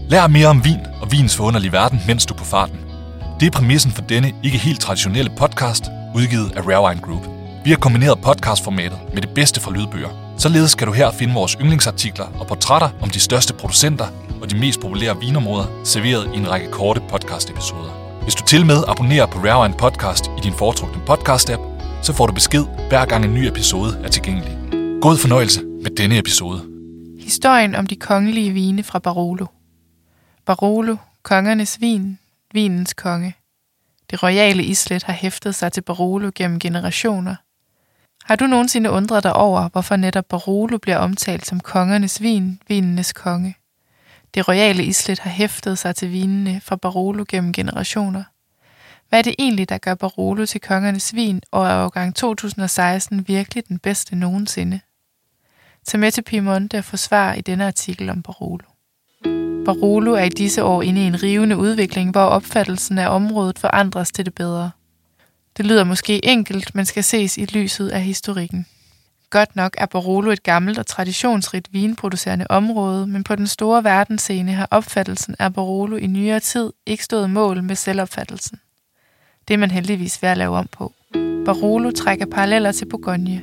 Lær mere om vin og vins forunderlige verden, mens du er på farten. Det er præmissen for denne ikke helt traditionelle podcast, udgivet af Rare Wine Group. Vi har kombineret podcastformatet med det bedste fra lydbøger. Således skal du her finde vores yndlingsartikler og portrætter om de største producenter og de mest populære vinområder, serveret i en række korte podcast-episoder. Hvis du til med abonnerer på Rare Wine Podcast i din foretrukne podcast-app, så får du besked hver gang en ny episode er tilgængelig. God fornøjelse med denne episode. Historien om de kongelige vine fra Barolo. Barolo, kongernes vin, vinens konge. Det royale islet har hæftet sig til Barolo gennem generationer. Har du nogensinde undret dig over, hvorfor netop Barolo bliver omtalt som kongernes vin, vinenes konge? Det royale islet har hæftet sig til vinene fra Barolo gennem generationer. Hvad er det egentlig, der gør Barolo til kongernes vin, og er årgang 2016 virkelig den bedste nogensinde? Tag med til Piemonte og få svar i denne artikel om Barolo. Barolo er i disse år inde i en rivende udvikling, hvor opfattelsen af området forandres til det bedre. Det lyder måske enkelt, men skal ses i lyset af historikken. Godt nok er Barolo et gammelt og traditionsrigt vinproducerende område, men på den store verdensscene har opfattelsen af Barolo i nyere tid ikke stået mål med selvopfattelsen. Det er man heldigvis ved at lave om på. Barolo trækker paralleller til Bourgogne.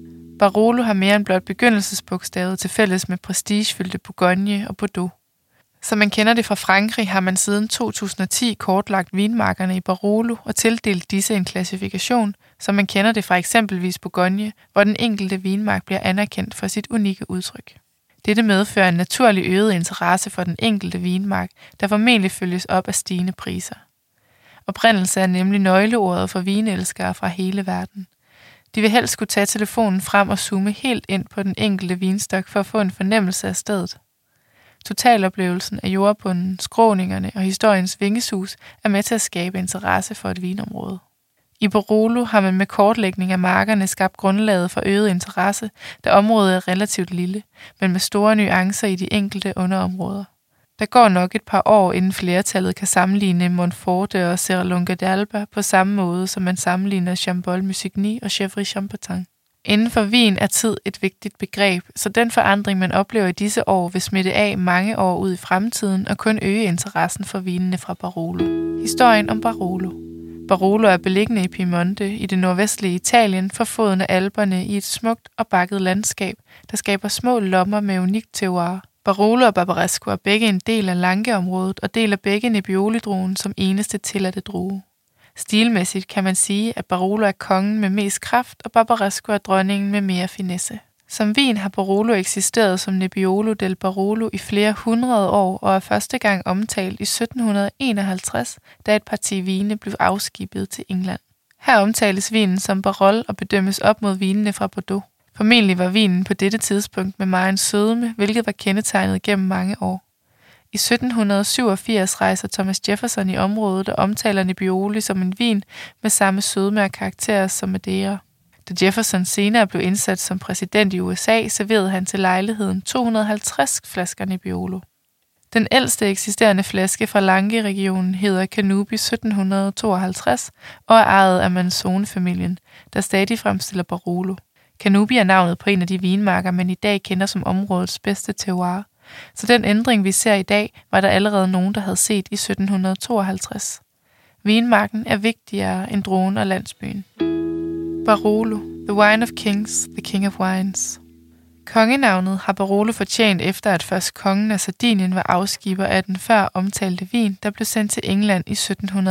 Barolo har mere end blot begyndelsesbogstavet til fælles med prestigefyldte Bourgogne og Bordeaux. Som man kender det fra Frankrig, har man siden 2010 kortlagt vinmarkerne i Barolo og tildelt disse en klassifikation, som man kender det fra eksempelvis Bourgogne, hvor den enkelte vinmark bliver anerkendt for sit unikke udtryk. Dette medfører en naturlig øget interesse for den enkelte vinmark, der formentlig følges op af stigende priser. Oprindelse er nemlig nøgleordet for vinelskere fra hele verden. De vil helst kunne tage telefonen frem og zoome helt ind på den enkelte vinstok for at få en fornemmelse af stedet. Totaloplevelsen af jordbunden, skråningerne og historiens vingesus er med til at skabe interesse for et vinområde. I Barolo har man med kortlægning af markerne skabt grundlaget for øget interesse, da området er relativt lille, men med store nuancer i de enkelte underområder. Der går nok et par år, inden flertallet kan sammenligne Monforte og Serralonga d'Alba på samme måde, som man sammenligner Chambolle-Musigny og Chèvre-Champagner. Inden for vin er tid et vigtigt begreb, så den forandring, man oplever i disse år, vil smitte af mange år ud i fremtiden og kun øge interessen for vinene fra Barolo. Historien om Barolo. Barolo er beliggende i Piemonte i det nordvestlige Italien for foden af Alperne i et smukt og bakket landskab, der skaber små lommer med unikt terroir. Barolo og Barbaresco er begge en del af Langhe-området og deler begge Nebbiolo-druen som eneste tilladte drue. Stilmæssigt kan man sige, at Barolo er kongen med mest kraft, og Barbaresco er dronningen med mere finesse. Som vin har Barolo eksisteret som Nebbiolo del Barolo i flere hundrede år og er første gang omtalt i 1751, da et parti vine blev afskibet til England. Her omtales vinen som Barol og bedømmes op mod vinene fra Bordeaux. Formentlig var vinen på dette tidspunkt med megen sødme, hvilket var kendetegnet gennem mange år. I 1787 rejser Thomas Jefferson i området og omtaler Nebbiolo som en vin med samme sødme og karakter som Madeira. Da Jefferson senere blev indsat som præsident i USA, serverede han til lejligheden 250 flasker Nebbiolo. Den ældste eksisterende flaske fra Langhe-regionen hedder Canubi 1752 og er ejet af Manzone-familien, der stadig fremstiller Barolo. Canubi er navnet på en af de vinmarker, man i dag kender som områdets bedste terroir. Så den ændring, vi ser i dag, var der allerede nogen, der havde set i 1752. Vinmarken er vigtigere end druen og landsbyen. Barolo, the wine of kings, the king of wines. Kongenavnet har Barolo fortjent efter, at først kongen af Sardinien var afskiber af den før omtalte vin, der blev sendt til England i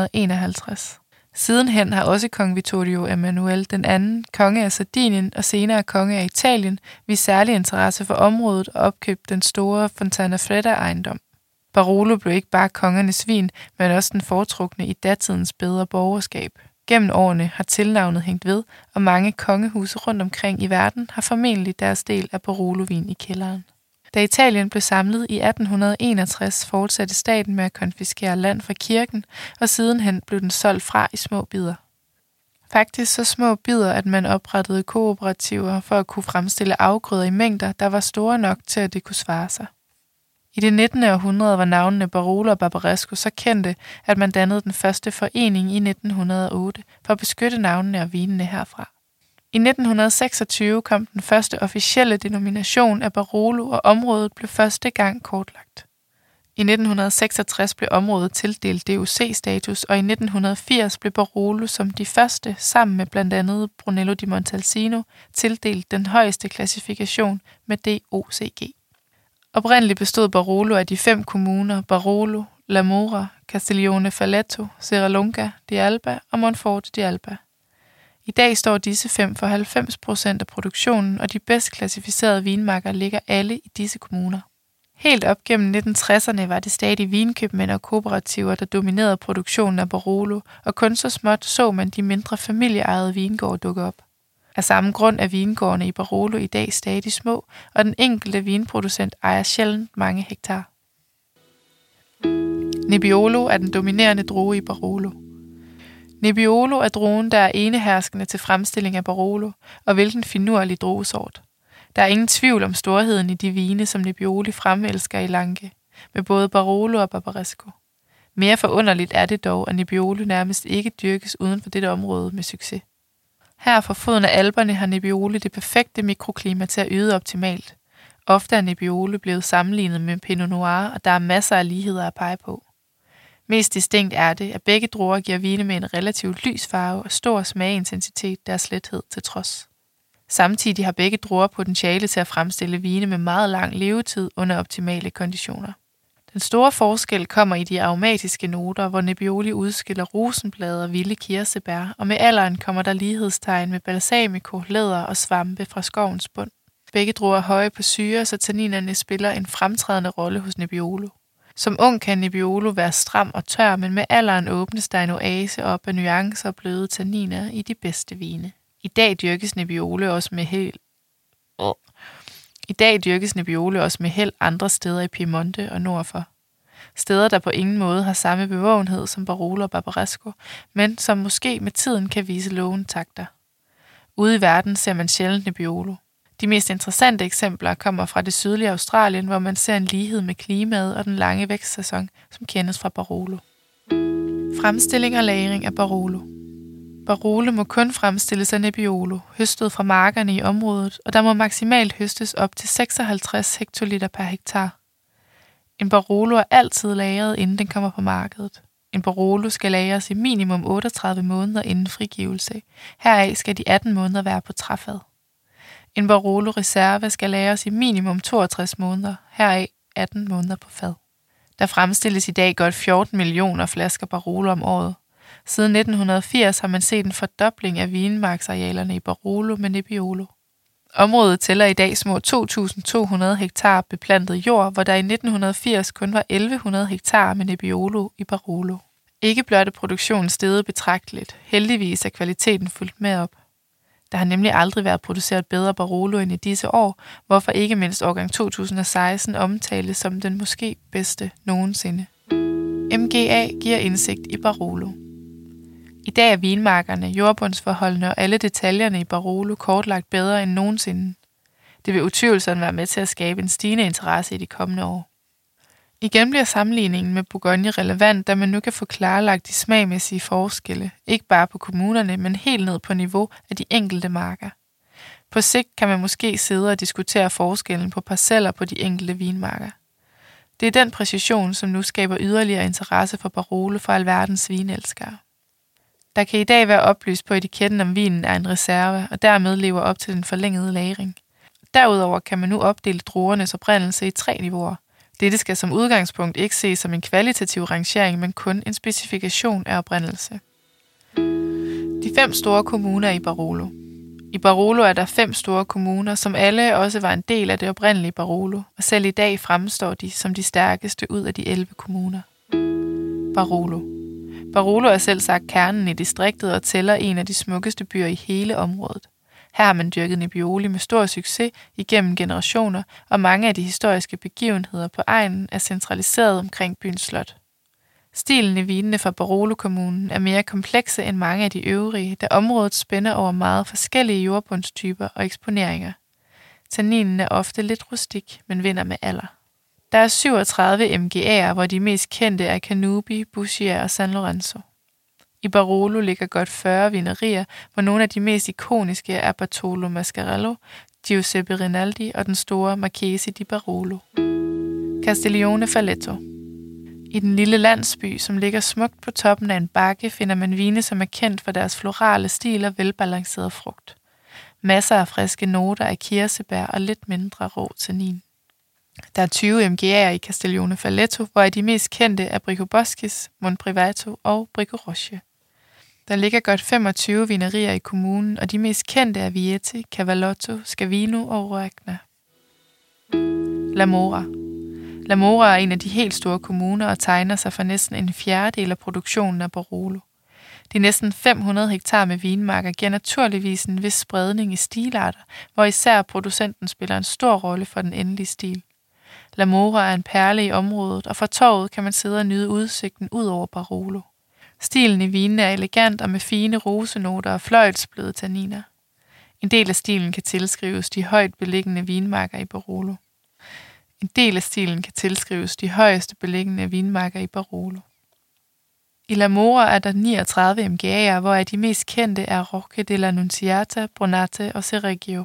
1751. Sidenhen har også kong Vittorio Emanuele II, konge af Sardinien og senere konge af Italien, vist særlig interesse for området og opkøbt den store Fontana Fredda-ejendom. Barolo blev ikke bare kongernes vin, men også den foretrukne i datidens bedre borgerskab. Gennem årene har tilnavnet hængt ved, og mange kongehuse rundt omkring i verden har formentlig deres del af Barolo-vin i kælderen. Da Italien blev samlet i 1861, fortsatte staten med at konfiskere land fra kirken, og sidenhen blev den solgt fra i små bidder. Faktisk så små bidder, at man oprettede kooperativer for at kunne fremstille afgrøder i mængder, der var store nok til, at det kunne svare sig. I det 19. århundrede var navnene Barolo og Barbaresco så kendte, at man dannede den første forening i 1908 for at beskytte navnene og vinene herfra. I 1926 kom den første officielle denomination af Barolo, og området blev første gang kortlagt. I 1966 blev området tildelt DOC-status, og i 1980 blev Barolo som de første, sammen med blandt andet Brunello di Montalcino, tildelt den højeste klassifikation med DOCG. Oprindeligt bestod Barolo af de 5 kommuner Barolo, La Mora, Castiglione Falletto, Serralunga di Alba og Monforte di Alba. I dag står disse 5 for 90% af produktionen, og de bedst klassificerede vinmarker ligger alle i disse kommuner. Helt op gennem 1960'erne var det stadig vinkøbmænd og kooperativer, der dominerede produktionen af Barolo, og kun så småt så man de mindre familieejede vingårde dukke op. Af samme grund er vingårdene i Barolo i dag stadig små, og den enkelte vinproducent ejer sjældent mange hektar. Nebbiolo er den dominerende drue i Barolo. Nebbiolo er druen, der er eneherskende til fremstilling af Barolo, og hvilken finurlig druesort. Der er ingen tvivl om storheden i de vine, som Nebbiolo fremelsker i Langhe, med både Barolo og Barbaresco. Mere forunderligt er det dog, at Nebbiolo nærmest ikke dyrkes uden for dette område med succes. Her for foden af Alperne har Nebbiolo det perfekte mikroklima til at yde optimalt. Ofte er Nebbiolo blevet sammenlignet med Pinot Noir, og der er masser af ligheder at pege på. Mest distinkt er det, at begge druer giver vine med en relativt lys farve og stor smageintensitet, deres lethed til trods. Samtidig har begge druer potentiale til at fremstille vine med meget lang levetid under optimale konditioner. Den store forskel kommer i de aromatiske noter, hvor Nebbiolo udskiller rosenblade og vilde kirsebær, og med alderen kommer der lighedstegn med balsamico, læder og svampe fra skovens bund. Begge druer er høje på syre, så tanninerne spiller en fremtrædende rolle hos Nebbiolo. Som ung kan Nebbiolo være stram og tør, men med alderen åbnes der en oase op af nuancer og bløde tanniner i de bedste vine. I dag dyrkes Nebbiolo også med held andre steder i Piemonte og nordfor. Steder, der på ingen måde har samme bevågenhed som Barolo og Barbaresco, men som måske med tiden kan vise lovende takter. Ude i verden ser man sjældent Nebbiolo. De mest interessante eksempler kommer fra det sydlige Australien, hvor man ser en lighed med klimaet og den lange vækstsæson, som kendes fra Barolo. Fremstilling og lagring af Barolo. Barolo må kun fremstilles af Nebbiolo, høstet fra markerne i området, og der må maksimalt høstes op til 56 hektoliter per hektar. En Barolo er altid lagret, inden den kommer på markedet. En Barolo skal lagres i minimum 38 måneder inden frigivelse. Heraf skal de 18 måneder være på træfad. En Barolo Reserve skal lagres i minimum 62 måneder, heraf 18 måneder på fad. Der fremstilles i dag godt 14 millioner flasker Barolo om året. Siden 1980 har man set en fordobling af vinmarksarealerne i Barolo med Nebbiolo. Området tæller i dag små 2.200 hektar beplantet jord, hvor der i 1980 kun var 1.100 hektar med Nebbiolo i Barolo. Ikke blot er produktionen steget betragteligt, heldigvis er kvaliteten fulgt med op. Der har nemlig aldrig været produceret bedre Barolo end i disse år, hvorfor ikke mindst årgang 2016 omtales som den måske bedste nogensinde. MGA giver indsigt i Barolo. I dag er vinmarkerne, jordbundsforholdene og alle detaljerne i Barolo kortlagt bedre end nogensinde. Det vil utvivlsomt være med til at skabe en stigende interesse i de kommende år. Igen bliver sammenligningen med Bourgogne relevant, da man nu kan få klarlagt de smagmæssige forskelle, ikke bare på kommunerne, men helt ned på niveau af de enkelte marker. På sigt kan man måske sidde og diskutere forskellen på parceller på de enkelte vinmarker. Det er den præcision, som nu skaber yderligere interesse for Barolo for alverdens vinelskere. Der kan i dag være oplyst på etiketten, om vinen er en reserve, og dermed lever op til den forlængede lagring. Derudover kan man nu opdele druernes oprindelse i 3 niveauer. Dette skal som udgangspunkt ikke ses som en kvalitativ rangering, men kun en specifikation af oprindelse. De 5 store kommuner i Barolo. I Barolo er der 5 store kommuner, som alle også var en del af det oprindelige Barolo, og selv i dag fremstår de som de stærkeste ud af de 11 kommuner. Barolo. Barolo er selv sagt kernen i distriktet og tæller en af de smukkeste byer i hele området. Her har man dyrket Nebbiolo med stor succes igennem generationer, og mange af de historiske begivenheder på egnen er centraliseret omkring byens slot. Stilen i vinene fra Barolo-kommunen er mere komplekse end mange af de øvrige, da området spænder over meget forskellige jordbundstyper og eksponeringer. Tanninen er ofte lidt rustik, men vinder med alder. Der er 37 MGA'er, hvor de mest kendte er Canubi, Buschia og San Lorenzo. I Barolo ligger godt 40 vinerier, hvor nogle af de mest ikoniske er Bartolo Mascarello, Giuseppe Rinaldi og den store Marchesi di Barolo. Castiglione Falletto. I den lille landsby, som ligger smukt på toppen af en bakke, finder man vine, som er kendt for deres florale stil og velbalanceret frugt. Masser af friske noter af kirsebær og lidt mindre rå tannin. Der er 20 MGA'er i Castiglione Falletto, hvor de mest kendte er Bricco Boscis, Monprivato og Bricco Roche. Der ligger godt 25 vinerier i kommunen, og de mest kendte er Vieti, Cavallotto, Scavino og Roagna. Lamora. Lamora er en af de helt store kommuner og tegner sig for næsten en fjerdedel af produktionen af Barolo. De næsten 500 hektar med vinmarker giver naturligvis en vis spredning i stilarter, hvor især producenten spiller en stor rolle for den endelige stil. Lamora er en perle i området, og fra torvet kan man sidde og nyde udsigten ud over Barolo. Stilen i vinene er elegant og med fine rosenoter og fløjlsbløde tanniner. En del af stilen kan tilskrives de højt beliggende vinmarker i Barolo. En del af stilen kan tilskrives de højeste beliggende vinmarker i Barolo. I Lamora er der 39 MGA'er, hvor de mest kendte er Rocche della Nunziata, Bronate og Cereggio.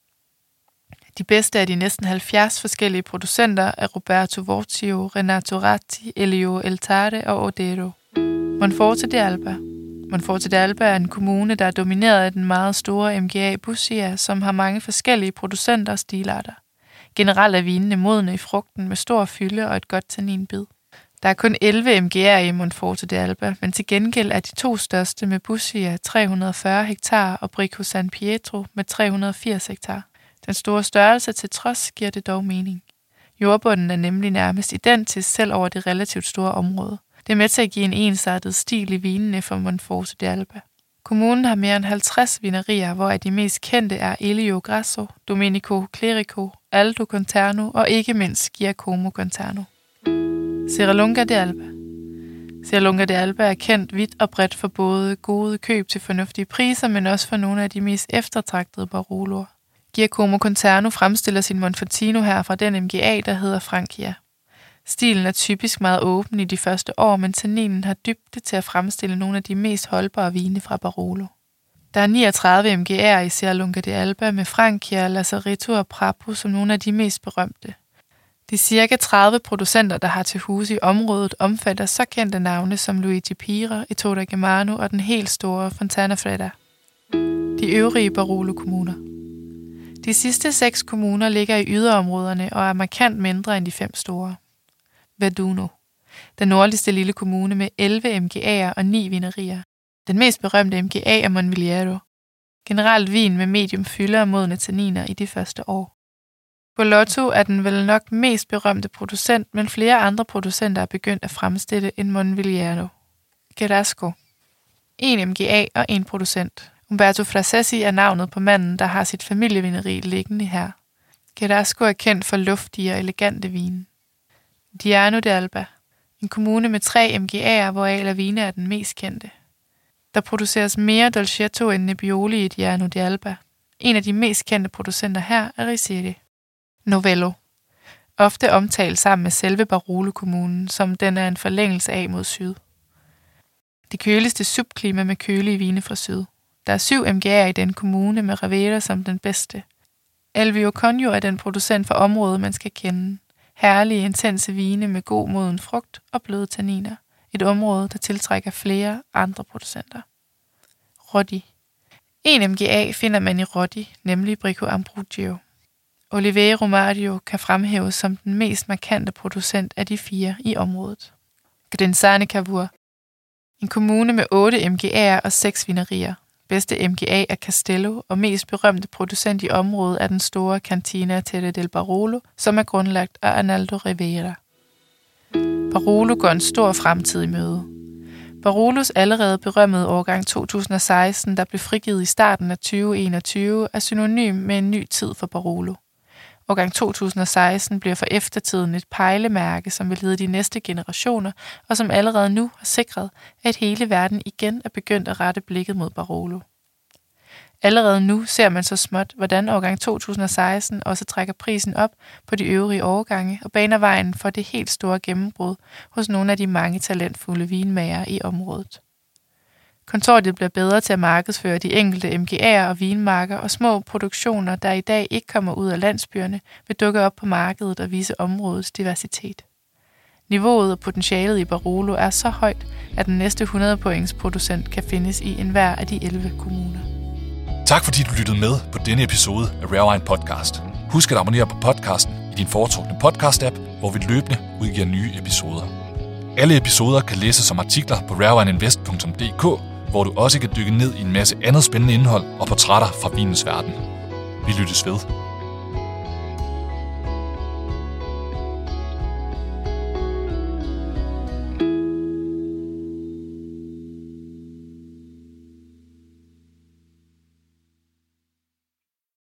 De bedste af de næsten 70 forskellige producenter er Roberto Vortio, Renato Ratti, Elio Eltare og Odero. Monforte d'Alba. Monforte d'Alba er en kommune, der er domineret af den meget store MGA Bussia, som har mange forskellige producenter og stilarter. Generelt er vinene modne i frugten med stor fylde og et godt tanninbid. Der er kun 11 MGA'er i Monforte d'Alba, men til gengæld er de to største med Bussia 340 hektar og Bricco San Pietro med 380 hektar. Den store størrelse til trods giver det dog mening. Jordbunden er nemlig nærmest identisk selv over det relativt store område. Det er med til at give en ensartet stil i vinene for Monforte d'Alba. Kommunen har mere end 50 vinerier, hvor de mest kendte er Elio Grasso, Domenico Clerico, Aldo Conterno og ikke mindst Giacomo Conterno. Serralunga d'Alba. Serralunga d'Alba er kendt vidt og bredt for både gode køb til fornuftige priser, men også for nogle af de mest eftertragtede Baroloer. Giacomo Conterno fremstiller sin Monfortino her fra den MGA, der hedder Francia. Stilen er typisk meget åben i de første år, men tanninen har dybde til at fremstille nogle af de mest holdbare vine fra Barolo. Der er 39 MGA'er i Serralunga d'Alba med Francia, Lazaretto og Prapo som nogle af de mest berømte. De cirka 30 producenter, der har til huse i området, omfatter så kendte navne som Luigi Pira, Ettore Germano og den helt store Fontana Fredda. De øvrige Barolo-kommuner. De sidste 6 kommuner ligger i yderområderne og er markant mindre end de 5 store. Verduno. Den nordligste lille kommune med 11 MGA'er og 9 vinerier. Den mest berømte MGA er Monvigliero. Generelt vin med medium fylde og modne tanniner i de første år. Bolotto er den vel nok mest berømte producent, men flere andre producenter er begyndt at fremstille en Monvigliero. Gerasco. 1 MGA og 1 producent. Umberto Frassesi er navnet på manden, der har sit familievineri liggende her. Gerasco er kendt for luftige og elegante vine. Diano d'Alba. En kommune med 3 MGA'er, hvoraf La Vina er den mest kendte. Der produceres mere Dolcetto end Nebbioli i Diano d'Alba. En af de mest kendte producenter her er Rizzeri. Novello. Ofte omtalt sammen med selve Barolo-kommunen, som den er en forlængelse af mod syd. Det køligste subklima med kølige vine fra syd. Der er 7 MGA'er i den kommune med Ravera som den bedste. Alvio Conio er den producent for området, man skal kende. Herlige, intense vine med god moden frugt og bløde tanniner. Et område, der tiltrækker flere andre producenter. Rodi. En MGA finder man i Rodi, nemlig Bricco Ambrogio. Olivero Mario kan fremhæves som den mest markante producent af de 4 i området. Gdensane Cavour. En kommune med 8 MGA'er og 6 vinerier. Bedste MGA er Castello, og mest berømte producent i området er den store Cantina Terre del Barolo, som er grundlagt af Arnaldo Rivera. Barolo går en stor fremtid i møde. Barolos allerede berømmede årgang 2016, der blev frigivet i starten af 2021, er synonym med en ny tid for Barolo. Årgang 2016 bliver for eftertiden et pejlemærke, som vil lede de næste generationer, og som allerede nu har sikret, at hele verden igen er begyndt at rette blikket mod Barolo. Allerede nu ser man så småt, hvordan årgang 2016 også trækker prisen op på de øvrige årgange og baner vejen for det helt store gennembrud hos nogle af de mange talentfulde vinmager i området. Konsortiet bliver bedre til at markedsføre de enkelte MGA'er og vinmarker, og små produktioner, der i dag ikke kommer ud af landsbyerne, vil dukke op på markedet og vise områdets diversitet. Niveauet og potentialet i Barolo er så højt, at den næste 100 points producent kan findes i enhver af de 11 kommuner. Tak fordi du lyttede med på denne episode af Rare Wine Podcast. Husk at abonnere på podcasten i din foretrukne podcast-app, hvor vi løbende udgiver nye episoder. Alle episoder kan læses som artikler på rarewineinvest.dk, hvor du også kan dykke ned i en masse andet spændende indhold og portrætter fra vinens verden. Vi lyttes ved.